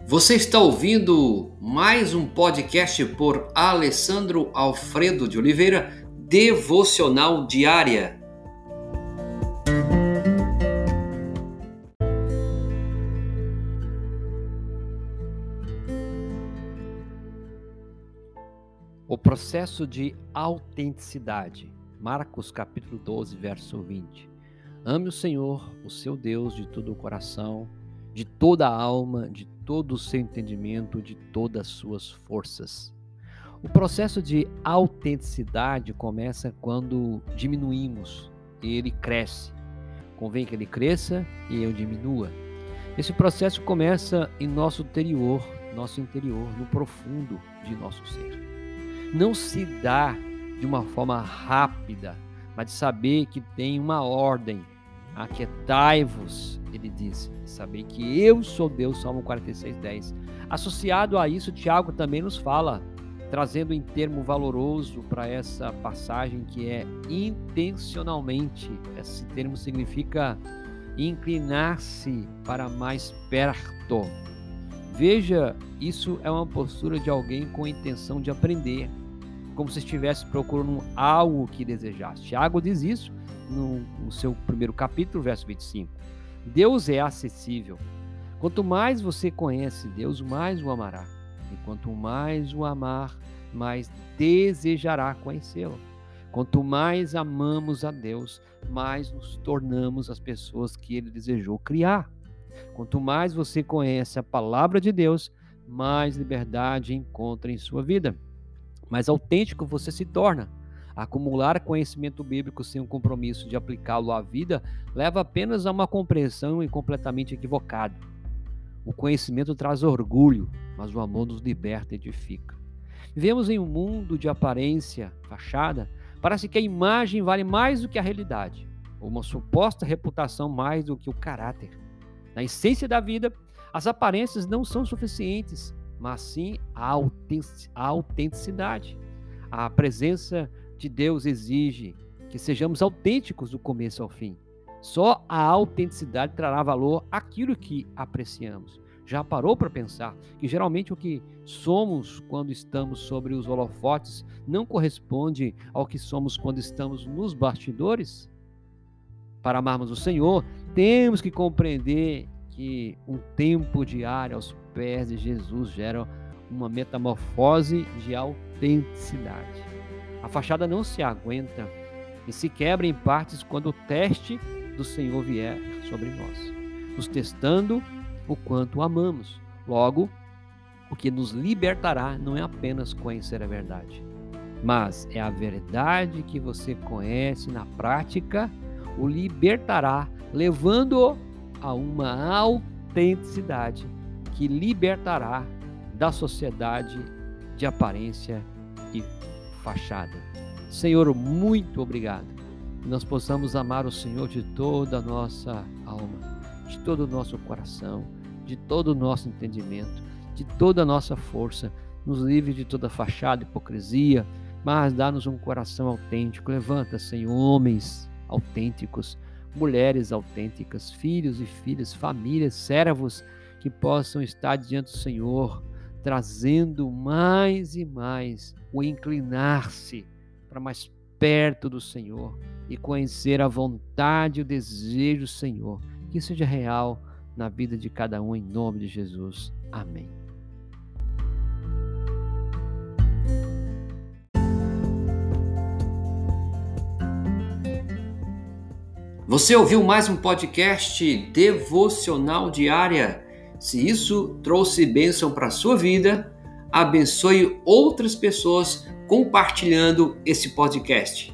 Você está ouvindo mais um podcast por Alessandro Alfredo de Oliveira, Devocional Diária. O processo de autenticidade. Marcos capítulo 12, verso 20. Ame o Senhor, o seu Deus, de todo o coração, de toda a alma, de todo o seu entendimento, de todas as suas forças. O processo de autenticidade começa quando diminuímos e ele cresce. Convém que ele cresça e eu diminua. Esse processo começa em nosso interior, no profundo de nosso ser. Não se dá de uma forma rápida, mas de saber que tem uma ordem. Aquietai-vos, ele diz, saber que eu sou Deus, Salmo 46:10. Associado a isso, Tiago também nos fala, trazendo em termo valoroso para essa passagem, que é intencionalmente. Esse termo significa inclinar-se para mais perto. Veja, isso é uma postura de alguém com a intenção de aprender, como se estivesse procurando algo que desejasse. Tiago diz isso no seu primeiro capítulo, verso 25. Deus é acessível. Quanto mais você conhece Deus, mais o amará. E quanto mais o amar, mais desejará conhecê-lo. Quanto mais amamos a Deus, mais nos tornamos as pessoas que Ele desejou criar. Quanto mais você conhece a palavra de Deus, mais liberdade encontra em sua vida. Mais autêntico você se torna. Acumular conhecimento bíblico sem um compromisso de aplicá-lo à vida leva apenas a uma compreensão completamente equivocada. O conhecimento traz orgulho, mas o amor nos liberta e edifica. Vivemos em um mundo de aparência, fachada. Parece que a imagem vale mais do que a realidade, ou uma suposta reputação mais do que o caráter. Na essência da vida, as aparências não são suficientes, mas sim a autenticidade. A presença de Deus exige que sejamos autênticos do começo ao fim. Só a autenticidade trará valor àquilo que apreciamos. Já parou para pensar que geralmente o que somos quando estamos sobre os holofotes não corresponde ao que somos quando estamos nos bastidores? Para amarmos o Senhor, temos que compreender que um tempo diário aos pés de Jesus gera uma metamorfose de autenticidade. A fachada não se aguenta e se quebra em partes quando o teste do Senhor vier sobre nós, nos testando o quanto o amamos. Logo, o que nos libertará não é apenas conhecer a verdade, mas é a verdade que você conhece na prática, o libertará, levando-o a uma autenticidade que libertará da sociedade de aparência e fachada. Senhor, muito obrigado. Que nós possamos amar o Senhor de toda a nossa alma, de todo o nosso coração, de todo o nosso entendimento, de toda a nossa força. Nos livre de toda fachada e hipocrisia, mas dá-nos um coração autêntico. Levanta, Senhor, homens autênticos, mulheres autênticas, filhos e filhas, famílias, servos que possam estar diante do Senhor, trazendo mais e mais o inclinar-se para mais perto do Senhor e conhecer a vontade e o desejo do Senhor. Que isso seja real na vida de cada um, em nome de Jesus. Amém. Você ouviu mais um podcast Devocional Diária? Se isso trouxe bênção para a sua vida, abençoe outras pessoas compartilhando esse podcast.